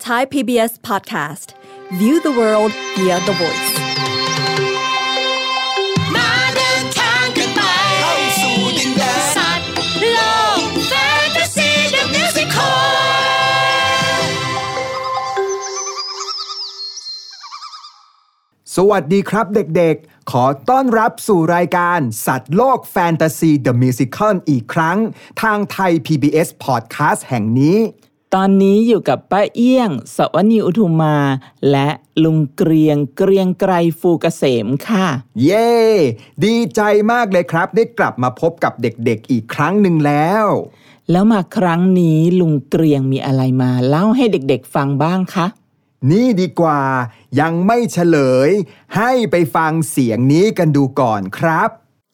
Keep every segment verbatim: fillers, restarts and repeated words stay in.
Thai พี บี เอส Podcast View the world via the voice มาเดินทางกันไปเข้าสู่ดินแดนสัตว์โลกแฟนตาซี The Musical สวัสดีครับเด็กๆขอต้อนรับสู่รายการสัตว์โลกแฟนตาซี The Musical อีกครั้งทางไทย พี บี เอส Podcast แห่งนี้ตอนนี้อยู่กับป้าเอี้ยงสวนีอุทุมมาและลุงเกรียงเกรียงไกรฟูเกษมค่ะเย้ดีใจมากเลยครับได้กลับมาพบกับเด็กๆอีกครั้งหนึ่งแล้วแล้วมาครั้งนี้ลุงเกรียงมีอะไรมาเล่าให้เด็กๆฟังบ้างคะนี่ดีกว่ายังไม่เฉลยให้ไปฟังเสียงนี้กันดูก่อนครับ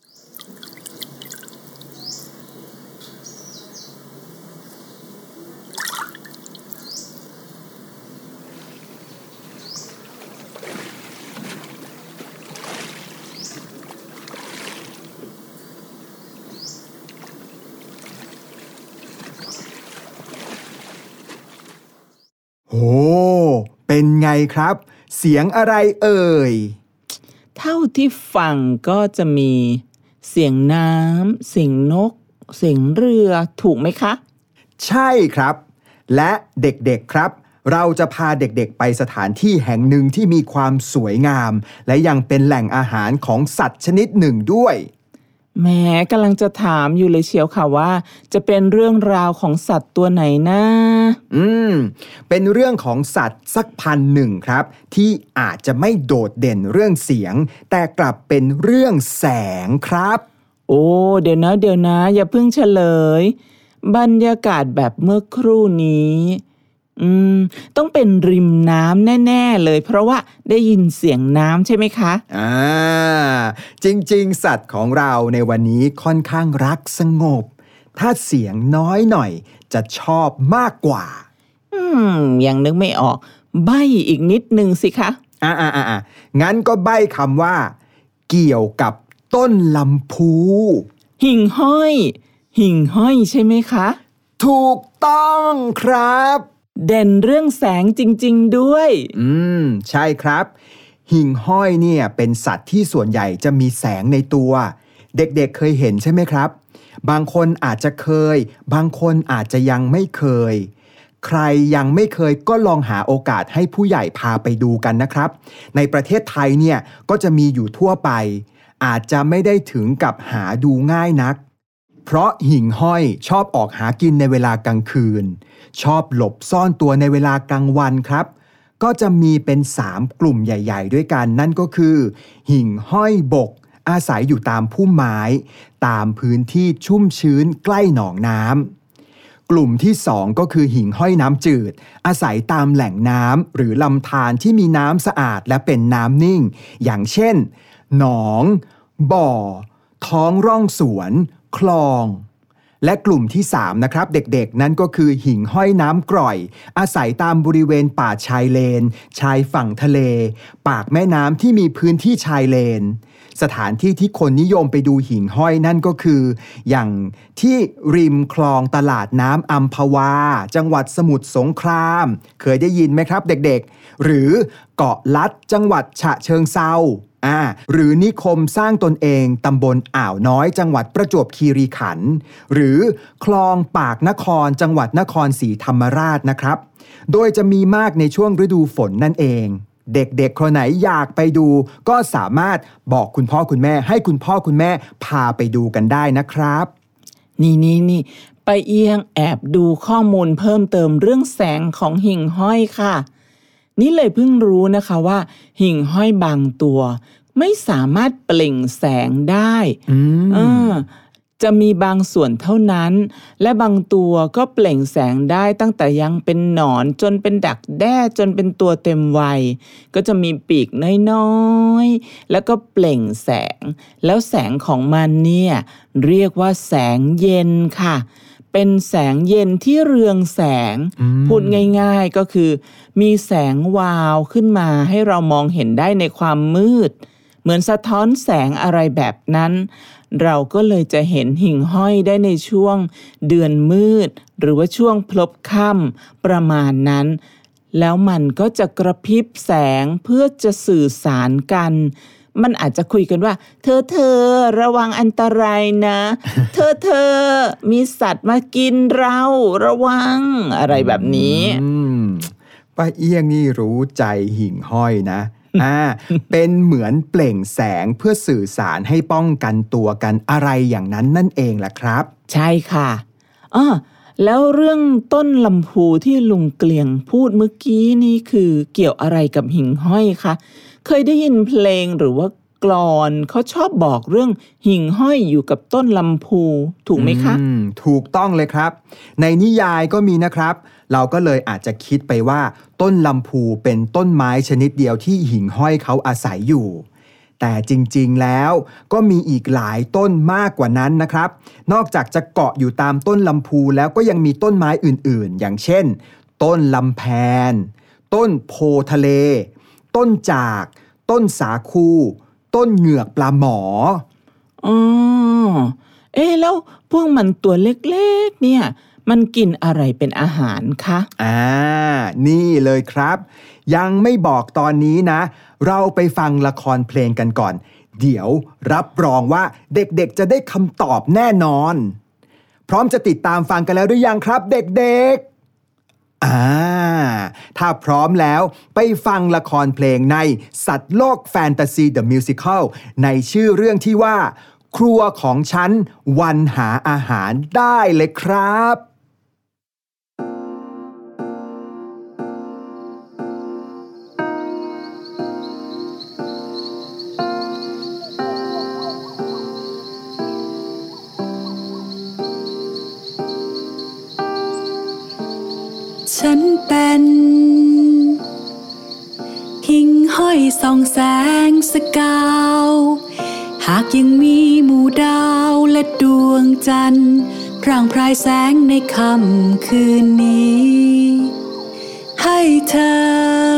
โอ้เป็นไงครับเสียงอะไรเอ่ยเท่าที่ฟังก็จะมีเสียงน้ำเสียงนกเสียงเรือถูกไหมคะใช่ครับและเด็กๆครับเราจะพาเด็กๆไปสถานที่แห่งหนึ่งที่มีความสวยงามและยังเป็นแหล่งอาหารของสัตว์ชนิดหนึ่งด้วยแหมกำลังจะถามอยู่เลยเชียวค่ะว่าจะเป็นเรื่องราวของสัตว์ตัวไหนนะอืมเป็นเรื่องของสัตว์สักพันหนึ่งครับที่อาจจะไม่โดดเด่นเรื่องเสียงแต่กลับเป็นเรื่องแสงครับโอ้เดี๋ยวนะเดี๋ยวนะอย่าเพิ่งเฉลยบรรยากาศแบบเมื่อครู่นี้อืมต้องเป็นริมน้ำแน่ๆเลยเพราะว่าได้ยินเสียงน้ำใช่ไหมคะอ่าจริงๆสัตว์ของเราในวันนี้ค่อนข้างรักสงบถ้าเสียงน้อยหน่อยจะชอบมากกว่าอืมยังนึกไม่ออกใบ้อีกนิดนึงสิคะอ่าอ่าอ่างั้นก็ใบ้คำว่าเกี่ยวกับต้นลำพูหิ่งห้อยหิ่งห้อยใช่ไหมคะถูกต้องครับเด่นเรื่องแสงจริงๆด้วยอืมใช่ครับหิ่งห้อยเนี่ยเป็นสัตว์ที่ส่วนใหญ่จะมีแสงในตัวเด็กๆ เเคยเห็นใช่ไหมครับบางคนอาจจะเคยบางคนอาจจะยังไม่เคยใครยังไม่เคยก็ลองหาโอกาสให้ผู้ใหญ่พาไปดูกันนะครับในประเทศไทยเนี่ยก็จะมีอยู่ทั่วไปอาจจะไม่ได้ถึงกับหาดูง่ายนักเพราะหิ่งห้อยชอบออกหากินในเวลากลางคืนชอบหลบซ่อนตัวในเวลากลางวันครับก็จะมีเป็นสามกลุ่มใหญ่ๆด้วยกันนั่นก็คือหิ่งห้อยบกอาศัยอยู่ตามพุ่มไม้ตามพื้นที่ชุ่มชื้นใกล้หนองน้ำกลุ่มที่สองก็คือหิ่งห้อยน้ำจืดอาศัยตามแหล่งน้ำหรือลำธารที่มีน้ำสะอาดและเป็นน้ำนิ่งอย่างเช่นหนองบ่อท้องร่องสวนคลองและกลุ่มที่สามนะครับเด็กๆนั่นก็คือหิ่งห้อยน้ำกร่อยอาศัยตามบริเวณป่าชายเลนชายฝั่งทะเลปากแม่น้ำที่มีพื้นที่ชายเลนสถานที่ที่คนนิยมไปดูหิ่งห้อยนั่นก็คืออย่างที่ริมคลองตลาดน้ำอัมพวาจังหวัดสมุทรสงครามเคยได้ยินไหมครับเด็กๆหรือเกาะลัดจังหวัดฉะเชิงเทราอ่าหรือนิคมสร้างตนเองตำบลอ่าวน้อยจังหวัดประจวบคีรีขันธ์หรือคลองปากนครจังหวัดนครศรีธรรมราชนะครับโดยจะมีมากในช่วงฤดูฝนนั่นเองเด็กๆคนไหนอยากไปดูก็สามารถบอกคุณพ่อคุณแม่ให้คุณพ่อคุณแม่พาไปดูกันได้นะครับนี่นี่นี่ไปเอียงแอบดูข้อมูลเพิ่มเติมเรื่องแสงของหิ่งห้อยค่ะนี่เลยเพิ่งรู้นะคะว่าหิ่งห้อยบางตัวไม่สามารถเปล่งแสงได้เออจะมีบางส่วนเท่านั้นและบางตัวก็เปล่งแสงได้ตั้งแต่ยังเป็นหนอนจนเป็นดักแด้จนเป็นตัวเต็มวัยก็จะมีปีกน้อยๆแล้วก็เปล่งแสงแล้วแสงของมันเนี่ยเรียกว่าแสงเย็นค่ะเป็นแสงเย็นที่เรืองแสงพูดง่ายๆก็คือมีแสงวาวขึ้นมาให้เรามองเห็นได้ในความมืดเหมือนสะท้อนแสงอะไรแบบนั้นเราก็เลยจะเห็นหิ่งห้อยได้ในช่วงเดือนมืดหรือว่าช่วงพลบค่ำประมาณนั้นแล้วมันก็จะกระพริบแสงเพื่อจะสื่อสารกันมันอาจจะคุยกันว่าเธอเธอระวังอันตรายนะ เธอเธอมีสัตว์มากินเราระวังอะไรแบบนี้ป้าเอี้ยงนี่รู้ใจหิ่งห้อยนะ อ่า เป็นเหมือนเปล่งแสงเพื่อสื่อสารให้ป้องกันตัวกันอะไรอย่างนั้นนั่นเองล่ะครับใช่ค่ะอ้อแล้วเรื่องต้นลำพูที่ลุงเกลียงพูดเมื่อกี้นี่คือเกี่ยวอะไรกับหิ่งห้อยคะเคยได้ยินเพลงหรือว่ากลอนเขาชอบบอกเรื่องหิ่งห้อยอยู่กับต้นลำพูถูกไหมคะถูกต้องเลยครับในนิยายก็มีนะครับเราก็เลยอาจจะคิดไปว่าต้นลำพูเป็นต้นไม้ชนิดเดียวที่หิ่งห้อยเขาอาศัยอยู่แต่จริงๆแล้วก็มีอีกหลายต้นมากกว่านั้นนะครับนอกจากจะเกาะอยู่ตามต้นลำพูแล้วก็ยังมีต้นไม้อื่นๆอย่างเช่นต้นลำแพนต้นโพทะเลต้นจากต้นสาคูต้นเหงือกปลาหมออ๋อเอ๊ะแล้วพวกมันตัวเล็กๆเนี่ยมันกินอะไรเป็นอาหารคะอ่านี่เลยครับยังไม่บอกตอนนี้นะเราไปฟังละครเพลงกันก่อนเดี๋ยวรับรองว่าเด็กๆจะได้คำตอบแน่นอนพร้อมจะติดตามฟังกันแล้วหรือยังครับเด็กๆอ่าถ้าพร้อมแล้วไปฟังละครเพลงในสัตว์โลกแฟนตาซีเดอะมิวสิคลในชื่อเรื่องที่ว่าครัวของฉันวันหาอาหารได้เลยครับฉันเป็นหิ่งห้อยส่องแสงสกาวหากยังมีหมู่ดาวและดวงจันทร์พร่างพรายแสงในค่ำคืนนี้ให้เธอ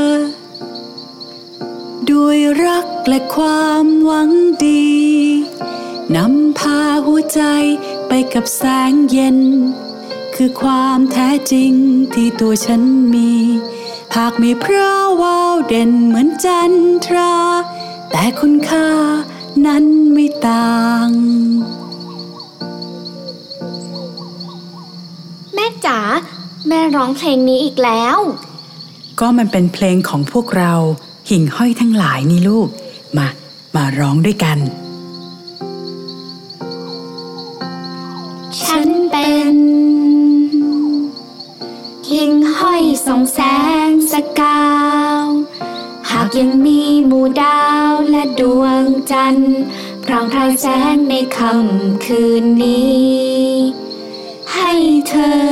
ด้วยรักและความหวังดีนำพาหัวใจไปกับแสงเย็นคือความแท้จริงที่ตัวฉันมีหากไม่พร่าวาวเด่นเหมือนจันทราแต่คุณค่านั้นไม่ต่างแม่จ๋าแม่ร้องเพลงนี้อีกแล้วก็มันเป็นเพลงของพวกเราหิ่งห้อยทั้งหลายนี่ลูกมามาร้องด้วยกันฉันเป็นหิ่งห้อยส่องแสงสกาวหากยังมีหมู่ดาวและดวงจันทร์พร่างพรายแสงในค่ำคืนนี้ให้เธอ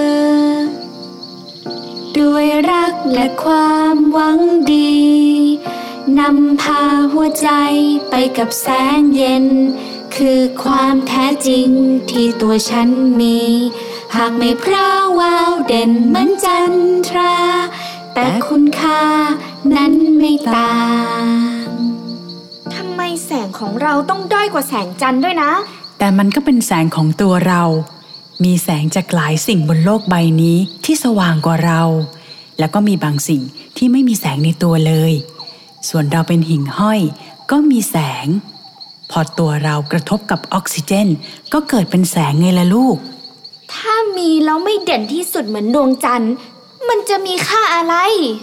ด้วยรักและความหวังดีนำพาหัวใจไปกับแสงเย็นคือความแท้จริงที่ตัวฉันมีหากไม่พร่าววาวเด่นเหมือนจันทราแต่คุณค่านั้นไม่ต่างทำไมแสงของเราต้องด้อยกว่าแสงจันทร์ด้วยนะแต่มันก็เป็นแสงของตัวเรามีแสงจากหลายสิ่งบนโลกใบนี้ที่สว่างกว่าเราแล้วก็มีบางสิ่งที่ไม่มีแสงในตัวเลยส่วนเราเป็นหิ่งห้อยก็มีแสงพอตัวเรากระทบกับออกซิเจนก็เกิดเป็นแสงไงล่ะลูกถ้ามีแล้วไม่เด่นที่สุดเหมือนดวงจันทร์มันจะมีค่าอะไร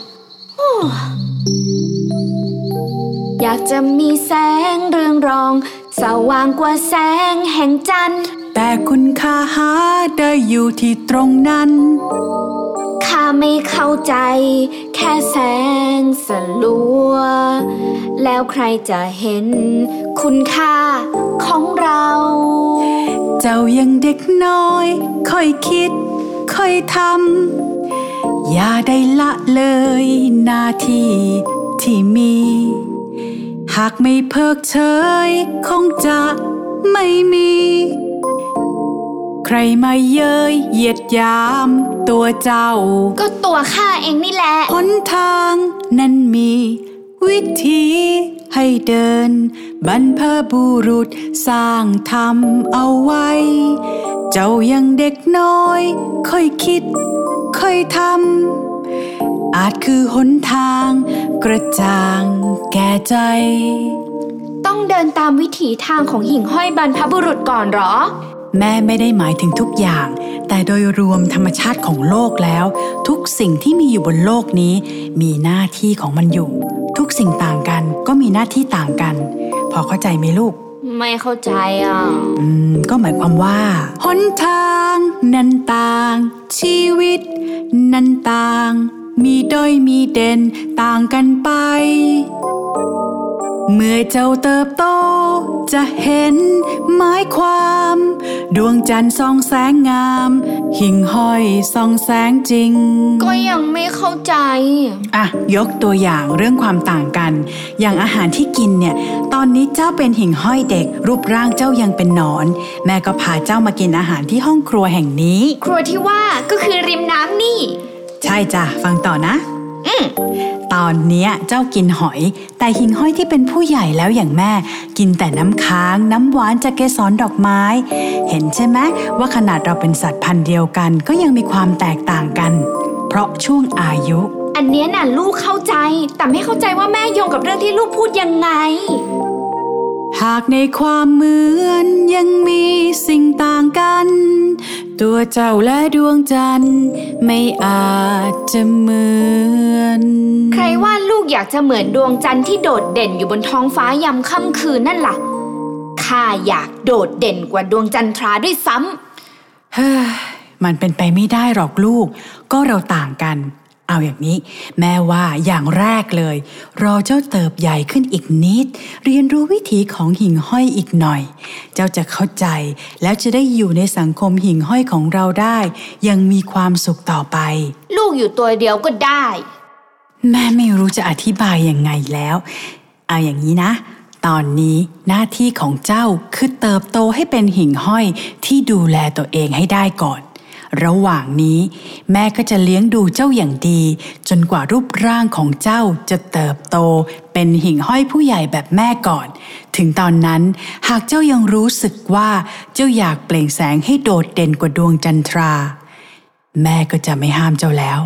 อยากจะมีแสงเรืองรองสว่างกว่าแสงแห่งจันทร์แต่คุณค่าหาได้อยู่ที่ตรงนั้นข้าไม่เข้าใจแค่แสงสลัวแล้วใครจะเห็นคุณค่าของเราเจ้ายังเด็กน้อยค่อยคิดค่อยทำอย่าได้ละเลยหน้าที่ที่มีหากไม่เพิกเฉยคงจะไม่มีใครมาเย้ยเหยียดยามตัวเจ้าก็ตัวข้าเองนี่แหละหนทางนั้นมีวิธีให้เดินบรรพบุรุษสร้างทำเอาไว้เจ้ายังเด็กน้อยค่อยคิดค่อยทอาจคือหนทางกระจ่างแก่ใจต้องเดินตามวิถีทางของหิ่งห้อยบรรพบุรุษก่อนหรอแม่ไม่ได้หมายถึงทุกอย่างแต่โดยรวมธรรมชาติของโลกแล้วทุกสิ่งที่มีอยู่บนโลกนี้มีหน้าที่ของมันอยู่ทุกสิ่งต่างกันก็มีหน้าที่ต่างกันพอเข้าใจไหมลูกไม่เข้าใจอ่ะอืมก็หมายความว่าหนทางนั้นต่างชีวิตนั้นต่างมีด้อยมีเด่นต่างกันไปเมื่อเจ้าเติบโตจะเห็นหมายความดวงจันทร์ส่องแสงงามหิ่งห้อยส่องแสงจริงก็ยังไม่เข้าใจอ่ะยกตัวอย่างเรื่องความต่างกันอย่างอาหารที่กินเนี่ยตอนนี้เจ้าเป็นหิ่งห้อยเด็กรูปร่างเจ้ายังเป็นหนอนแม่ก็พาเจ้ามากินอาหารที่ห้องครัวแห่งนี้ครัวที่ว่าก็คือริมน้ำนี่ใช่จ้ะฟังต่อนะอืมตอนเนี้ยเจ้ากินหอยแต่หิ่งห้อยที่เป็นผู้ใหญ่แล้วอย่างแม่กินแต่น้ำค้างน้ำหวานจากเกสรดอกไม้เห็นใช่ไหมว่าขนาดเราเป็นสัตว์พันธุ์เดียวกันก็ยังมีความแตกต่างกันเพราะช่วงอายุอันเนี้ยน่ะลูกเข้าใจแต่ไม่เข้าใจว่าแม่โยงกับเรื่องที่ลูกพูดยังไงหากในความเหมือนยังมีสิ่งต่างกันตัวเจ้าและดวงจันทร์ไม่อาจจะเหมือนใครว่าลูกอยากจะเหมือนดวงจันทร์ที่โดดเด่นอยู่บนท้องฟ้ายามค่ำคืนนั่นล่ะข้าอยากโดดเด่นกว่าดวงจันทราด้วยซ้ำเฮ้ยมันเป็นไปไม่ได้หรอกลูกก็เราต่างกันเอาอย่างนี้แม่ว่าอย่างแรกเลยรอเจ้าเติบใหญ่ขึ้นอีกนิดเรียนรู้วิถีของหิ่งห้อยอีกหน่อยเจ้าจะเข้าใจแล้วจะได้อยู่ในสังคมหิ่งห้อยของเราได้ยังมีความสุขต่อไปลูกอยู่ตัวเดียวก็ได้แม่ไม่รู้จะอธิบายยังไงแล้วเอาอย่างนี้นะตอนนี้หน้าที่ของเจ้าคือเติบโตให้เป็นหิ่งห้อยที่ดูแลตัวเองให้ได้ก่อนระหว่างนี้แม่ก็จะเลี้ยงดูเจ้าอย่างดีจนกว่ารูปร่างของเจ้าจะเติบโตเป็นหิ่งห้อยผู้ใหญ่แบบแม่ก่อนถึงตอนนั้นหากเจ้ายังรู้สึกว่าเจ้าอยากเปล่งแสงให้โดดเด่นกว่าดวงจันทราแม่ก็จะไม่ห้ามเจ้าแล้ว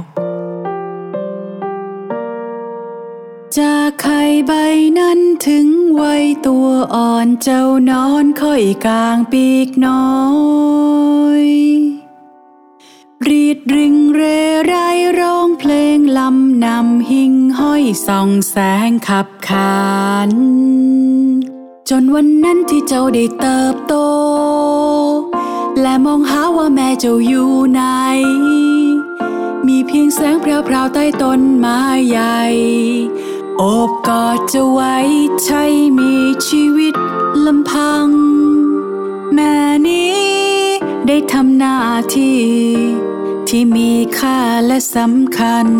จากไข่ใบนั้นถึงวัยตัวอ่อนเจ้านอนค่อยกลางปีกน้อยรีดริงเรไรร้องเพลงลำนำหิ่งห้อยส่องแสงขับขานจนวันนั้นที่เจ้าได้เติบโตและมองหาว่าแม่เจ้าอยู่ไหนมีเพียงแสงแพรวๆใต้ต้นไม้ใหญ่โอบกอดเจ้าไว้ใช่มีชีวิตลำพังแม่นี้ได้ทำหน้าที่ที่มีค่าและสำคัญ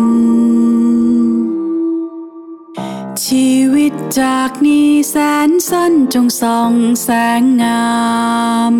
ชีวิตจากนี้แสนสั้นจงส่องแสงงาม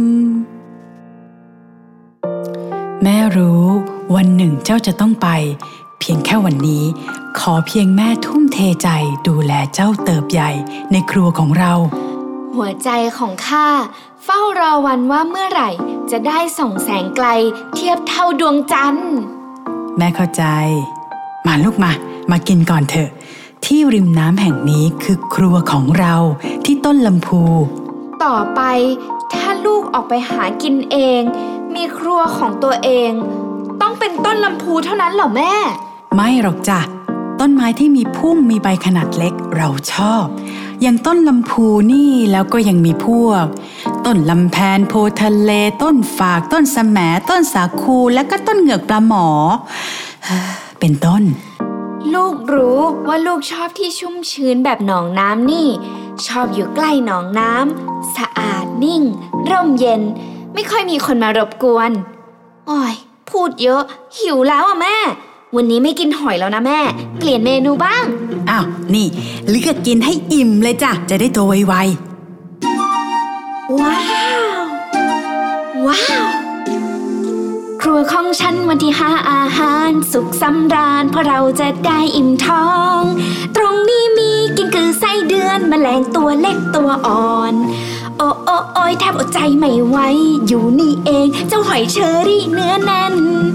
แม่รู้วันหนึ่งเจ้าจะต้องไปเพียงแค่วันนี้ขอเพียงแม่ทุ่มเทใจดูแลเจ้าเติบใหญ่ในครัวของเราหัวใจของข้าเฝ้ารอวันว่าเมื่อไหร่จะได้ส่องแสงไกลเทียบเท่าดวงจันทร์แม่เข้าใจมาลูกมามากินก่อนเถอะที่ริมน้ำแห่งนี้คือครัวของเราที่ต้นลำพูต่อไปถ้าลูกออกไปหากินเองมีครัวของตัวเองต้องเป็นต้นลำพูเท่านั้นเหรอแม่ไม่หรอกจ้ะต้นไม้ที่มีพุ่มมีใบขนาดเล็กเราชอบอย่างต้นลำพูนี่แล้วก็ยังมีพวกต้นลำแพนโพทะเลต้นฝากต้นสะแหมต้นสาคูและก็ต้นเหงือกปลาหมอเป็นต้นลูกรู้ว่าลูกชอบที่ชุ่มชื้นแบบหนองน้ำนี่ชอบอยู่ใกล้หนองน้ำสะอาดนิ่งร่มเย็นไม่ค่อยมีคนมารบกวนโอ้ยพูดเยอะหิวแล้วอ่ะแม่วันนี้ไม่กินหอยแล้วนะแม่เปลี่ยนเมนูบ้างอ้าวนี่เลือกกินให้อิ่มเลยจ้ะจะได้โตไวๆว้าวว้าวครัวของฉันวันที่หาอาหารสุขสำราญเพราะเราจะได้อิ่มท้องตรงนี้มีกิ้งกือไส้เดือนแมลงตัวเล็กตัวอ่อนโอ้โอ้โอ้ยแทบอดใจไม่ไหวอยู่นี่เองเจ้าหอยเชอรี่เนื้อแน่นก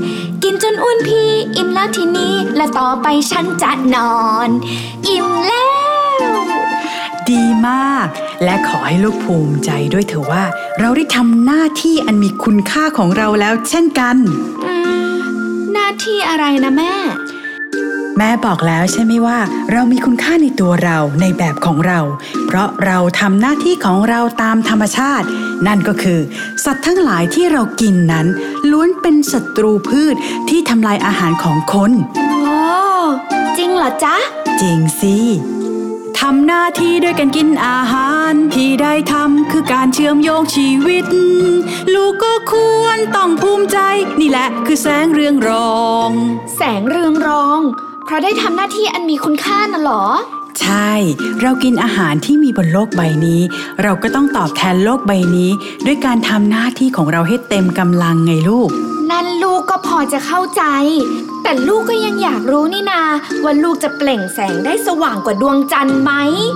กินจนอ้วนพีอิ่มแล้วทีนี้และต่อไปฉันจะนอนอิ่มแล้วดีมากและขอให้ลูกภูมิใจด้วยเถอะว่าเราได้ทำหน้าที่อันมีคุณค่าของเราแล้วเช่นกันอืมหน้าที่อะไรนะแม่แม่บอกแล้วใช่ไหมว่าเรามีคุณค่าในตัวเราในแบบของเราเพราะเราทำหน้าที่ของเราตามธรรมชาตินั่นก็คือสัตว์ทั้งหลายที่เรากินนั้นล้วนเป็นศัตรูพืชที่ทำลายอาหารของคนโอ้จริงเหรอจ๊ะจริงสิทำหน้าที่ด้วยการกินอาหารที่ได้ทำคือการเชื่อมโยงชีวิตลูกก็ควรต้องภูมิใจนี่แหละคือแสงเรืองรองแสงเรืองรองเพราะได้ทำหน้าที่อันมีคุณค่าน่ะหรอใช่เรากินอาหารที่มีบนโลกใบนี้เราก็ต้องตอบแทนโลกใบนี้ด้วยการทำหน้าที่ของเราให้เต็มกำลังไงลูกนั่นลูกก็พอจะเข้าใจแต่ลูกก็ยังอยากรู้นี่นาว่าลูกจะเปล่งแสงได้สว่างกว่าดวงจันทร์ไหม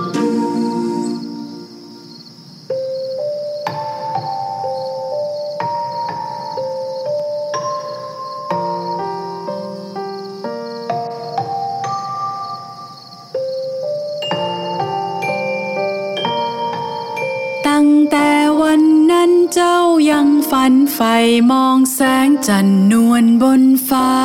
ตั้งแต่วันนั้นเจ้ายังฝันใฝ่มองแสงจันทร์นวลบนฟ้า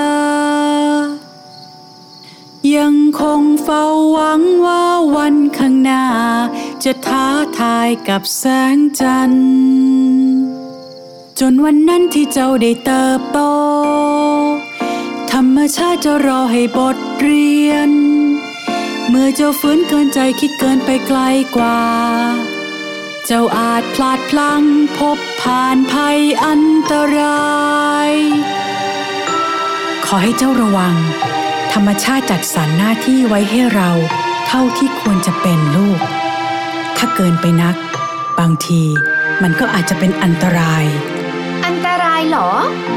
ยังคงเฝ้าหวังว่าวันข้างหน้าจะท้าทายกับแสงจันทร์จนวันนั้นที่เจ้าได้เติบโตธรรมชาติจะรอให้บทเรียนเมื่อเจ้าฝืนเกินใจคิดเกินไปไกลกว่าเจ้าอาจพลาดพลั้งพบผ่านภัยอันตรายขอให้เจ้าระวังธรรมชาติจัดสรรหน้าที่ไว้ให้เราเท่าที่ควรจะเป็นลูกถ้าเกินไปนักบางทีมันก็อาจจะเป็นอันตรายอันตรายเหรอ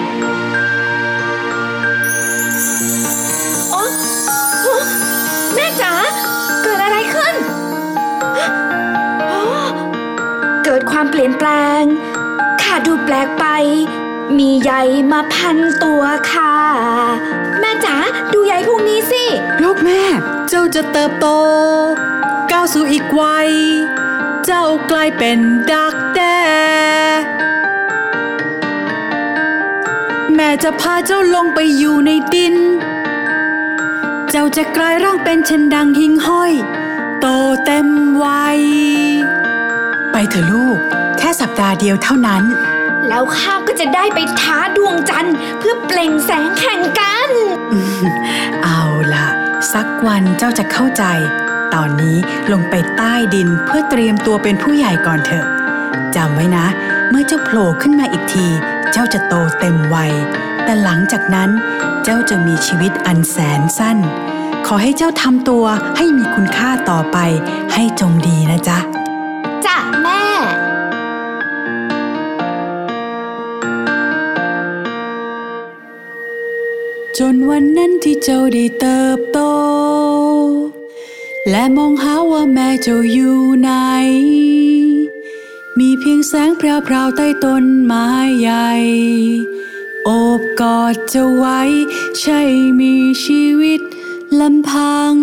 โอ๊ะแม่จ๋าเกิดอะไรขึ้นเกิดความเปลี่ยนแปลงข้าดูแปลกไปมีใยมาพันตัวค่ะแม่จ๋าดูใยพวกนี้สิลูกแม่เจ้าจะเติบโตก้าวสู่อีกวัยเจ้ากลายเป็นดักแด้แม่จะพาเจ้าลงไปอยู่ในดินเจ้าจะกลายร่างเป็นเช่นดังหิ่งห้อยโตเต็มวัยไปเถอะลูกแค่สัปดาห์เดียวเท่านั้นแล้วข้าก็จะได้ไปท้าดวงจันทร์เพื่อเปล่งแสงแข่งกันเอาล่ะสักวันเจ้าจะเข้าใจตอนนี้ลงไปใต้ดินเพื่อเตรียมตัวเป็นผู้ใหญ่ก่อนเถอะจำไว้นะเมื่อเจ้าโผล่ขึ้นมาอีกทีเจ้าจะโตเต็มวัยแต่หลังจากนั้นเจ้าจะมีชีวิตอันแสนสั้นขอให้เจ้าทำตัวให้มีคุณค่าต่อไปให้จงดีนะจ๊ะจ้ะแม่จนวันนั้นที่เจ้าได้เติบโตและมองหาว่าแม่เจ้าอยู่ไหนมีเพียงแสงแพรวๆใต้ต้นไม้ใหญ่โอบกอดเจ้าไว้ใช่มีชีวิตลำพัง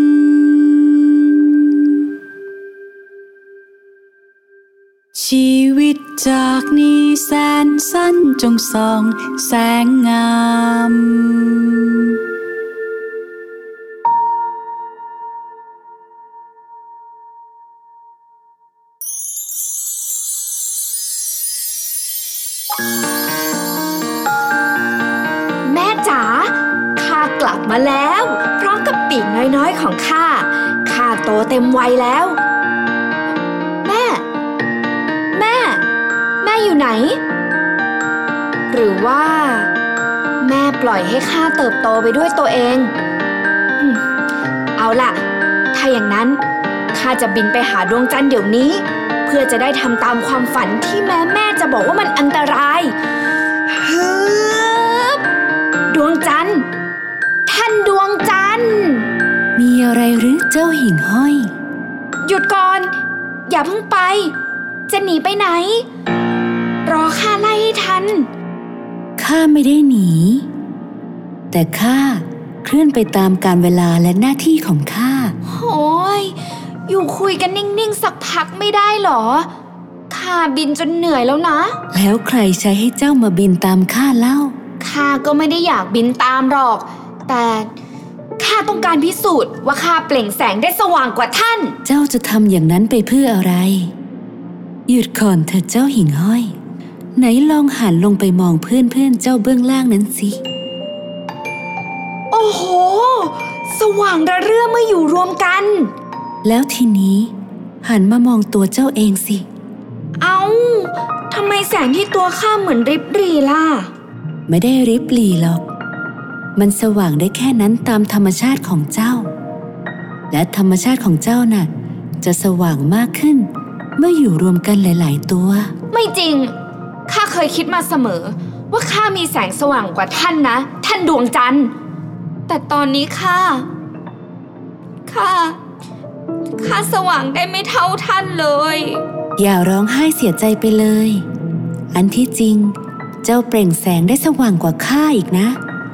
ชีวิตจากนี้แสนสั้นจงส่องแสงงามแม่จ๋าข้ากลับมาแล้วพร้อมกับปีกน้อยๆของข้าข้าโตเต็มวัยแล้วอยู่ไหนหรือว่าแม่ปล่อยให้ข้าเติบโตไปด้วยตัวเองเอาล่ะถ้าอย่างนั้นข้าจะบินไปหาดวงจันทร์เดี๋ยวนี้เพื่อจะได้ทำตามความฝันที่แม่แม่จะบอกว่ามันอันตรายฮึบดวงจันทร์ท่านดวงจันทร์มีอะไรหรือเจ้าหิ่งห้อยหยุดก่อนอย่าเพิ่งไปจะหนีไปไหนรอข้าไล่ให้ทันข้าไม่ได้หนีแต่ข้าเคลื่อนไปตามกาลเวลาและหน้าที่ของข้าโอ้ยอยู่คุยกันนิ่งๆสักพักไม่ได้หรอข้าบินจนเหนื่อยแล้วนะแล้วใครใช้ให้เจ้ามาบินตามข้าเล่าข้าก็ไม่ได้อยากบินตามหรอกแต่ข้าต้องการพิสูจน์ว่าข้าเปล่งแสงได้สว่างกว่าท่านเจ้าจะทำอย่างนั้นไปเพื่ออะไรหยุดก่อนเถิดเจ้าหิ่งห้อยไหนลองหันลงไปมองเพื่อนๆเจ้าเบื้องล่างนั้นสิโอ้โหสว่างระเรื่อเมื่ออยู่รวมกันแล้วทีนี้หันมามองตัวเจ้าเองสิเอ้าทำไมแสงที่ตัวข้าเหมือนริบหรี่ล่ะไม่ได้ริบหรี่หรอกมันสว่างได้แค่นั้นตามธรรมชาติของเจ้าและธรรมชาติของเจ้าน่ะจะสว่างมากขึ้นเมื่ออยู่รวมกันหลายๆตัวไม่จริงข้าเคยคิดมาเสมอว่าข้ามีแสงสว่างกว่าท่านนะท่านดวงจันทร์แต่ตอนนี้ข้าข้าข้าสว่างได้ไม่เท่าท่านเลยอย่าร้องไห้เสียใจไปเลยอันที่จริงเจ้าเปล่งแสงได้สว่างกว่าข้าอีกนะ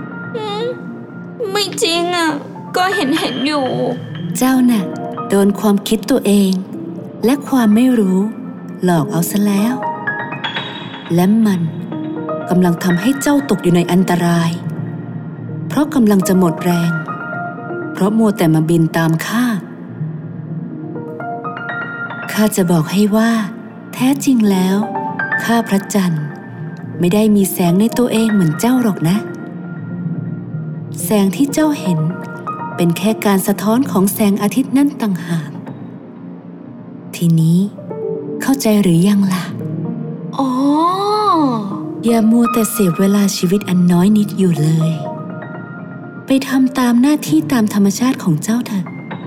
ไม่จริงอ่ะก็เห็นเห็นอยู่เจ้าน่ะโดนความคิดตัวเองและความไม่รู้หลอกเอาซะแล้วและมันกำลังทำให้เจ้าตกอยู่ในอันตรายเพราะกำลังจะหมดแรงเพราะมัวแต่มาบินตามข้าข้าจะบอกให้ว่าแท้จริงแล้วข้าพระจันทร์ไม่ได้มีแสงในตัวเองเหมือนเจ้าหรอกนะแสงที่เจ้าเห็นเป็นแค่การสะท้อนของแสงอาทิตย์นั่นต่างหากทีนี้เข้าใจหรือยังล่ะอ๋ออย่ามัวแต่เสียเวลาชีวิตอันน้อยนิดอยู่เลยไปทำตามหน้าที่ตามธรรมชาติของเจ้าเถอะ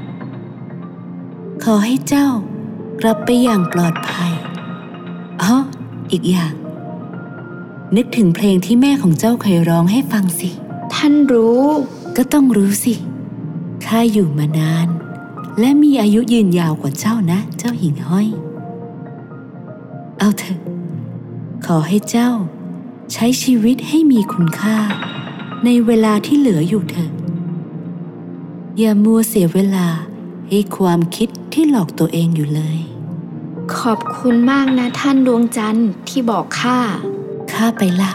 ขอให้เจ้ากลับไปอย่างปลอดภัยอ๋ออีกอย่างนึกถึงเพลงที่แม่ของเจ้าเคยร้องให้ฟังสิท่านรู้ก็ต้องรู้สิข้าอยู่มานานและมีอายุยืนยาวกว่าเจ้านะเจ้าหิ่งห้อยเอาเถอะขอให้เจ้าใช้ชีวิตให้มีคุณค่าในเวลาที่เหลืออยู่เถอะอย่ามัวเสียเวลาให้ความคิดที่หลอกตัวเองอยู่เลยขอบคุณมากนะท่านดวงจันทร์ที่บอกข้าข้าไปละ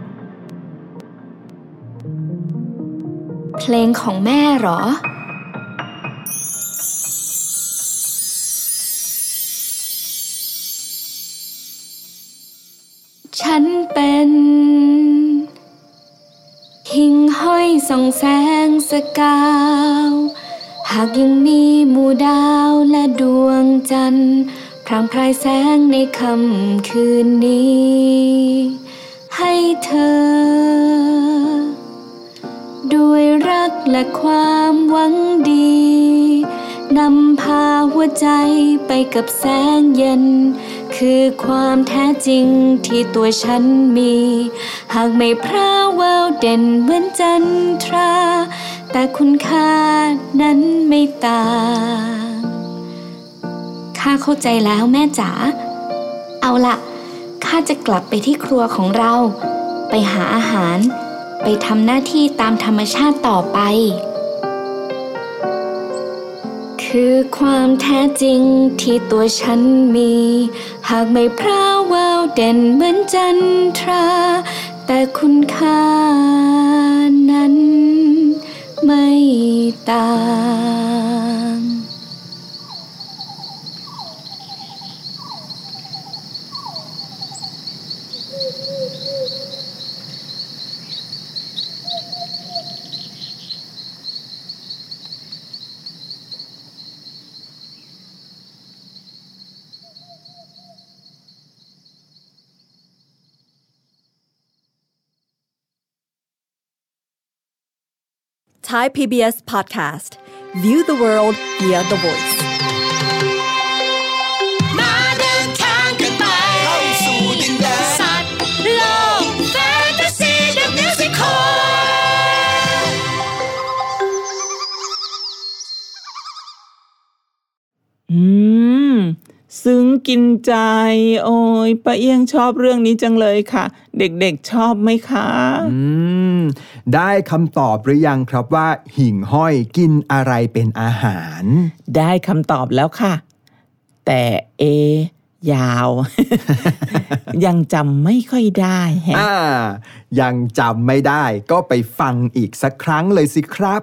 เพลงของแม่เหรอฉันเป็นหิ่งห้อยส่องแสงสกาวหากยังมีหมู่ดาวและดวงจันทร์พรางพรายแสงในค่ำคืนนี้ให้เธอด้วยรักและความหวังดีนำพาหัวใจไปกับแสงเย็นคือความแท้จริงที่ตัวฉันมีหากไม่พร่าววาวเด่นเหมือนจันทราแต่คุณค่านั้นไม่ต่างข้าเข้าใจแล้วแม่จ๋าเอาล่ะข้าจะกลับไปที่ครัวของเราไปหาอาหารไปทำหน้าที่ตามธรรมชาติต่อไปคือความแท้จริงที่ตัวฉันมีหากไม่พร่าววาวเด่นเหมือนจันทราแต่คุณค่านั้นไม่ต่าง Thai พี บี เอส Podcast View the world via the voice มาเดินทางกันไปเข้าสู่ดินแดนสัตว์โลกแฟนตาซี The Musical อืมซึ้งกินใจโอ้ยป้าเอียงชอบเรื่องนี้จังเลยค่ะเด็กๆชอบไหมคะอืมได้คำตอบหรือยังครับว่าหิ่งห้อยกินอะไรเป็นอาหารได้คำตอบแล้วค่ะแต่เอยาว ยังจำไม่ค่อยได้แฮะอ่ายังจำไม่ได้ก็ไปฟังอีกสักครั้งเลยสิครับ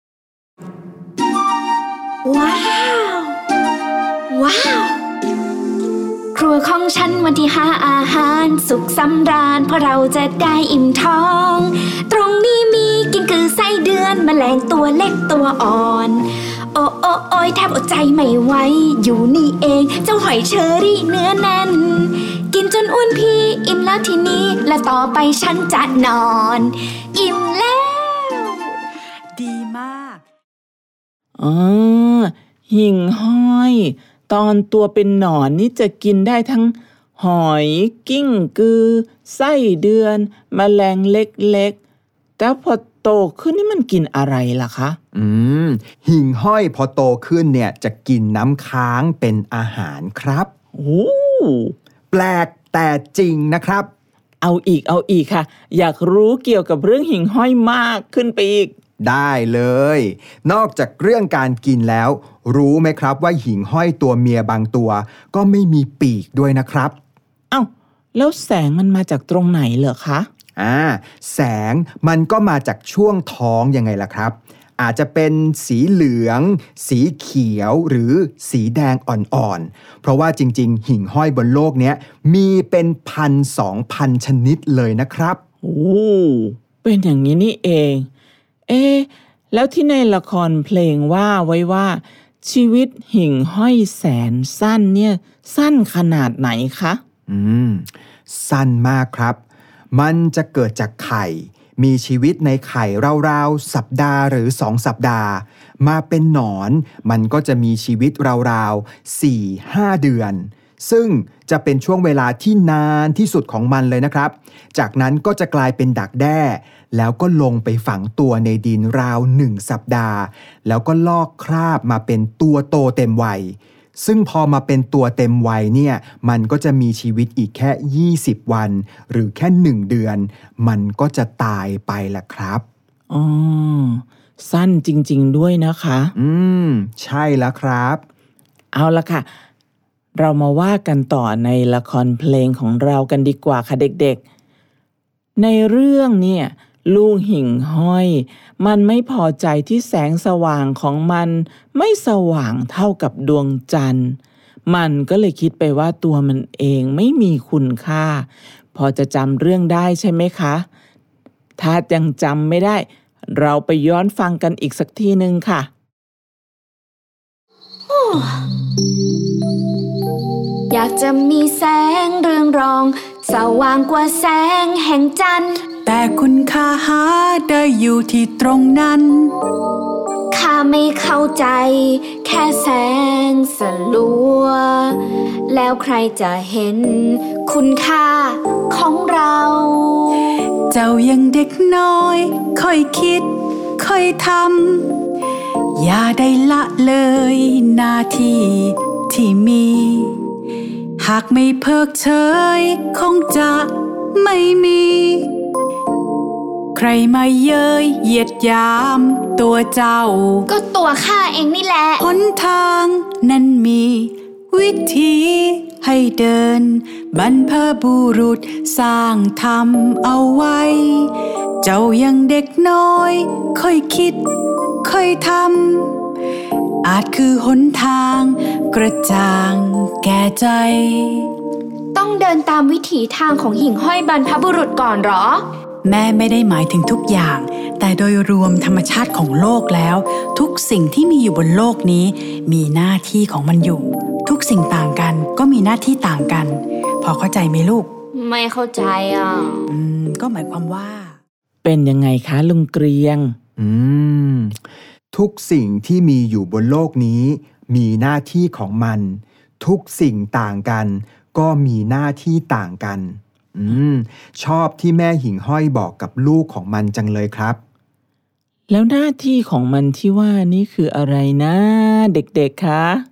ว้าวว้าวครัวของฉันวันที่หาอาหารสุขสำราญเพราะเราจะได้อิ่มท้องตรงนี้มีกิ้งกือไส้เดือนแมลงตัวเล็กตัวอ่อนโอ้โอ้โอ้ยแทบอดใจไม่ไหวอยู่นี่เองเจ้าหอยเชอรี่เนื้อแน่นกินจนอ้วนพีอิ่มแล้วทีนี้และต่อไปฉันจะนอนอิ่มแล้วดีมากอ๋อหิ่งห้อยตอนตัวเป็นหนอนนี่จะกินได้ทั้งหอยกิ้งกือไส้เดือนแมลงเล็กๆแต่พอโตขึ้นนี่มันกินอะไรล่ะคะอืมหิ่งห้อยพอโตขึ้นเนี่ยจะกินน้ำค้างเป็นอาหารครับโอ้แปลกแต่จริงนะครับเอาอีกเอาอีกค่ะอยากรู้เกี่ยวกับเรื่องหิ่งห้อยมากขึ้นไปอีกได้เลยนอกจากเรื่องการกินแล้วรู้ไหมครับว่าหิ่งห้อยตัวเมียบางตัวก็ไม่มีปีกด้วยนะครับเอ้าแล้วแสงมันมาจากตรงไหนเหรอคะอ่าแสงมันก็มาจากช่วงท้องยังไงล่ะครับอาจจะเป็นสีเหลืองสีเขียวหรือสีแดงอ่อนๆเพราะว่าจริงๆหิ่งห้อยบนโลกนี้มีเป็นพันสองพันชนิดเลยนะครับโอ้เป็นอย่างนี้นี่เองเอ๊ะแล้วที่ในละครเพลงว่าไว้ว่าชีวิตหิ่งห้อยแสนสั้นเนี่ยสั้นขนาดไหนคะอืมสั้นมากครับมันจะเกิดจากไข่มีชีวิตในไข่ราวๆสัปดาห์หรือสองสัปดาห์มาเป็นหนอนมันก็จะมีชีวิตราวๆ สี่ถึงห้า เดือนซึ่งจะเป็นช่วงเวลาที่นานที่สุดของมันเลยนะครับจากนั้นก็จะกลายเป็นดักแด้แล้วก็ลงไปฝังตัวในดินราวหนึ่งสัปดาห์แล้วก็ลอกคราบมาเป็นตัวโตเต็มวัยซึ่งพอมาเป็นตัวเต็มวัยเนี่ยมันก็จะมีชีวิตอีกแค่ยี่สิบวันหรือแค่หนึ่งเดือนมันก็จะตายไปแหละครับอ๋อสั้นจริงๆด้วยนะคะอืมใช่แล้วครับเอาละค่ะเรามาว่ากันต่อในละครเพลงของเรากันดีกว่าค่ะเด็กๆในเรื่องเนี่ยลูกหิ่งห้อยมันไม่พอใจที่แสงสว่างของมันไม่สว่างเท่ากับดวงจันทร์มันก็เลยคิดไปว่าตัวมันเองไม่มีคุณค่าพอจะจำเรื่องได้ใช่ไหมคะถ้ายังจำไม่ได้เราไปย้อนฟังกันอีกสักทีนึงค่ะอยากจะมีแสงเรืองรองสว่างกว่าแสงแห่งจันทร์แต่คุณค่าหาได้อยู่ที่ตรงนั้นข้าไม่เข้าใจแค่แสงสลัวแล้วใครจะเห็นคุณค่าของเราเจ้ายังเด็กน้อยค่อยคิดค่อยทำอย่าได้ละเลยหน้าที่ที่มีหากไม่เพิกเฉยคงจะไม่มีใครมาเย้ยเหยียดยามตัวเจ้าก็ตัวข้าเองนี่แหละหนทางนั้นมีวิธีให้เดินบรรพบุรุษสร้างทำเอาไว้เจ้ายังเด็กน้อยค่อยคิดค่อยทำอาจคือหนทางกระจ่างแก่ใจต้องเดินตามวิถีทางของหิ่งห้อยบรรพบุรุษก่อนหรอแม่ไม่ได้หมายถึงทุกอย่างแต่โดยรวมธรรมชาติของโลกแล้วทุกสิ่งที่มีอยู่บนโลกนี้มีหน้าที่ของมันอยู่ทุกสิ่งต่างกันก็มีหน้าที่ต่างกันพอเข้าใจไหมลูกไม่เข้าใจอ่ะอืมก็หมายความว่าเป็นยังไงคะลุงเกรียงอืมทุกสิ่งที่มีอยู่บนโลกนี้มีหน้าที่ของมันทุกสิ่งต่างกันก็มีหน้าที่ต่างกันอืมชอบที่แม่หิ่งห้อยบอกกับลูกของมันจังเลยครับแล้วหน้าที่ของมันที่ว่านี่คืออะไรนะเด็กๆคะ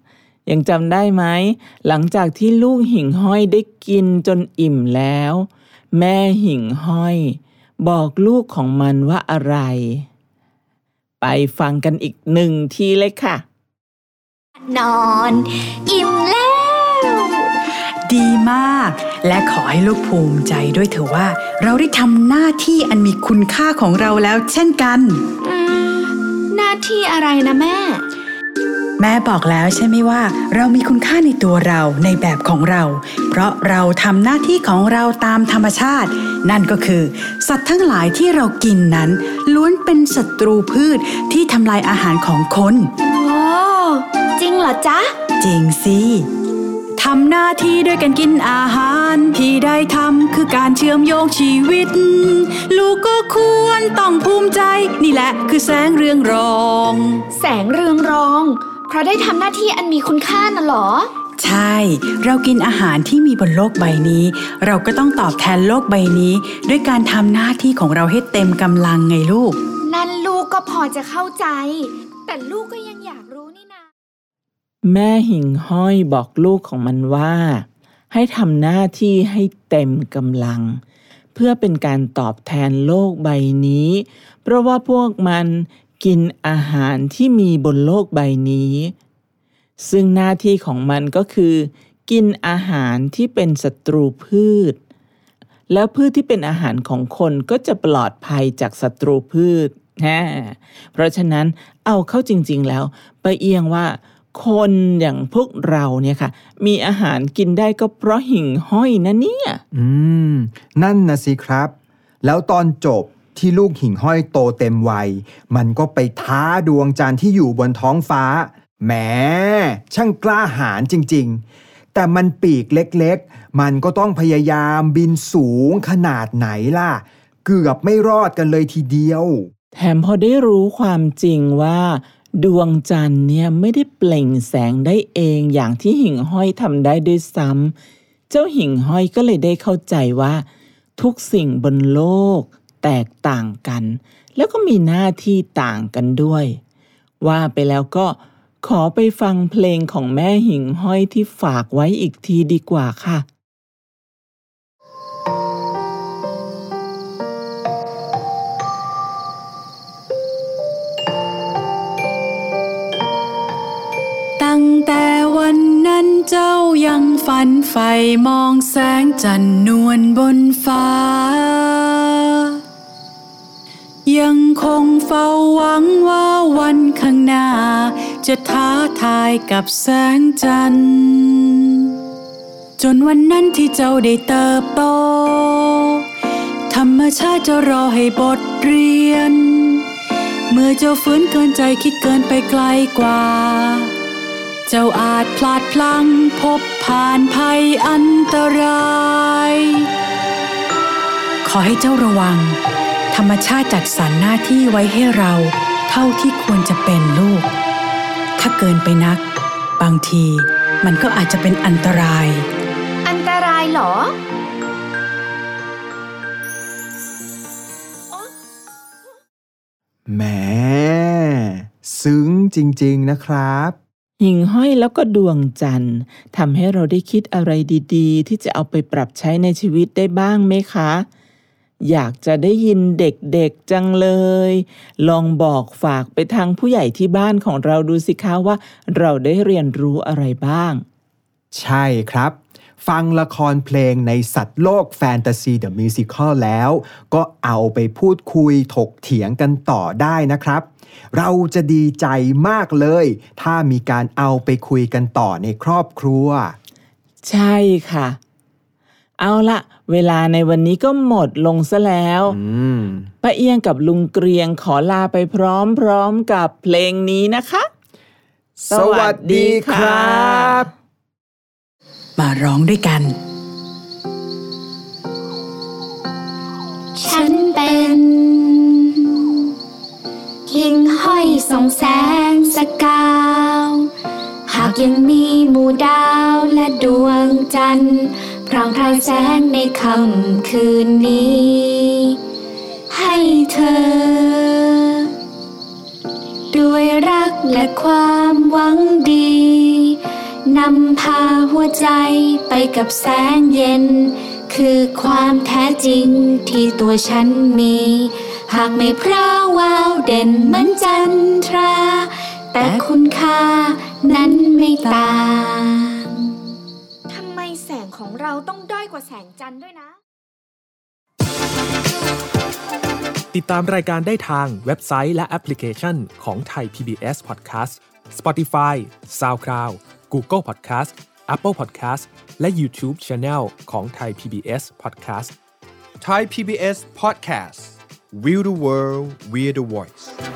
ยังจำได้ไหมหลังจากที่ลูกหิ่งห้อยได้กินจนอิ่มแล้วแม่หิ่งห้อยบอกลูกของมันว่าอะไรไปฟังกันอีกหนึ่งทีเลยค่ะนอนอิ่มแล้วดีมากและขอให้ลูกภูมิใจด้วยเถอะว่าเราได้ทำหน้าที่อันมีคุณค่าของเราแล้วเช่นกันอืมหน้าที่อะไรนะแม่แม่บอกแล้วใช่ไหมว่าเรามีคุณค่าในตัวเราในแบบของเราเพราะเราทำหน้าที่ของเราตามธรรมชาตินั่นก็คือสัตว์ทั้งหลายที่เรากินนั้นล้วนเป็นศัตรูพืชที่ทำลายอาหารของคนโอ้จริงเหรอจ๊ะจริงสิทำหน้าที่ด้วยการกินอาหารที่ได้ทำคือการเชื่อมโยงชีวิตลูกก็ควรต้องภูมิใจนี่แหละคือแสงเรืองรองแสงเรืองรองเพราะได้ทำหน้าที่อันมีคุณค่าน่ะหรอใช่เรากินอาหารที่มีบนโลกใบนี้เราก็ต้องตอบแทนโลกใบนี้ด้วยการทำหน้าที่ของเราให้เต็มกำลังไงลูกนั่นลูกก็พอจะเข้าใจแต่ลูกก็ยังอยากรู้นี่นะแม่หิ่งห้อยบอกลูกของมันว่าให้ทำหน้าที่ให้เต็มกำลังเพื่อเป็นการตอบแทนโลกใบนี้เพราะว่าพวกมันกินอาหารที่มีบนโลกใบนี้ซึ่งหน้าที่ของมันก็คือกินอาหารที่เป็นศัตรูพืชแล้วพืชที่เป็นอาหารของคนก็จะปลอดภัยจากศัตรูพืชนะเพราะฉะนั้นเอาเข้าจริงๆแล้วป้าเอียงว่าคนอย่างพวกเราเนี่ยค่ะมีอาหารกินได้ก็เพราะหิ่งห้อยนะเนี่ยอืมนั่นนะสิครับแล้วตอนจบที่ลูกหิ่งห้อยโตเต็มวัยมันก็ไปท้าดวงจันทร์ที่อยู่บนท้องฟ้าแหมช่างกล้าหาญจริงๆแต่มันปีกเล็กๆมันก็ต้องพยายามบินสูงขนาดไหนล่ะเกือบไม่รอดกันเลยทีเดียวแถมพอได้รู้ความจริงว่าดวงจันทร์เนี่ยไม่ได้เปล่งแสงได้เองอย่างที่หิ่งห้อยทำได้ด้วยซ้ำเจ้าหิ่งห้อยก็เลยได้เข้าใจว่าทุกสิ่งบนโลกแตกต่างกันแล้วก็มีหน้าที่ต่างกันด้วยว่าไปแล้วก็ขอไปฟังเพลงของแม่หิ่งห้อยที่ฝากไว้อีกทีดีกว่าค่ะตั้งแต่วันนั้นเจ้ายังฝันใฝ่มองแสงจันทร์นวลบนฟ้ายังคงเฝ้าหวังว่าวันข้างหน้าจะท้าทายกับแสงจันทร์จนวันนั้นที่เจ้าได้เติบโตธรรมชาติจะรอให้บทเรียนเมื่อเจ้าฝืนเกินใจคิดเกินไปไกลกว่าเจ้าอาจพลาดพลั้งพบผ่านภัยอันตรายขอให้เจ้าระวังธรรมชาติจัดสรรหน้าที่ไว้ให้เราเท่าที่ควรจะเป็นลูกถ้าเกินไปนักบางทีมันก็อาจจะเป็นอันตรายอันตรายเหรอแหมซึ้งจริงๆนะครับหิ่งห้อยแล้วก็ดวงจันทร์ทำให้เราได้คิดอะไรดีๆที่จะเอาไปปรับใช้ในชีวิตได้บ้างไหมคะอยากจะได้ยินเด็กๆจังเลยลองบอกฝากไปทางผู้ใหญ่ที่บ้านของเราดูสิคะว่าเราได้เรียนรู้อะไรบ้างใช่ครับฟังละครเพลงในสัตว์โลกแฟนตาซีเดอะมิวสิคอลแล้วก็เอาไปพูดคุยถกเถียงกันต่อได้นะครับเราจะดีใจมากเลยถ้ามีการเอาไปคุยกันต่อในครอบครัวใช่ค่ะเอาละเวลาในวันนี้ก็หมดลงซะแล้วป้าเอียงกับลุงเกรียงขอลาไปพร้อมๆกับเพลงนี้นะคะสวัสดีครับมาร้องด้วยกันฉันเป็นหิ่งห้อยส่องแสงสกาวหากยังมีหมู่ดาวและดวงจันทร์พรางพรายแสงในค่ำคืนนี้ให้เธอด้วยรักและความหวังดีนำพาหัวใจไปกับแสงเย็นคือความแท้จริงที่ตัวฉันมีหากไม่พร่าววาวเด่นเหมือนจันทราแต่คุณค่านั้นไม่ต่างทำไมแสงของเราต้องด้อยกว่าแสงจันทร์ด้วยนะติดตามรายการได้ทางเว็บไซต์และแอปพลิเคชันของ Thai พี บี เอส Podcast Spotify SoundCloud Google Podcast Apple Podcast และ YouTube Channel ของ Thai พี บี เอส Podcast Thai พี บี เอส Podcast We the World We the Voice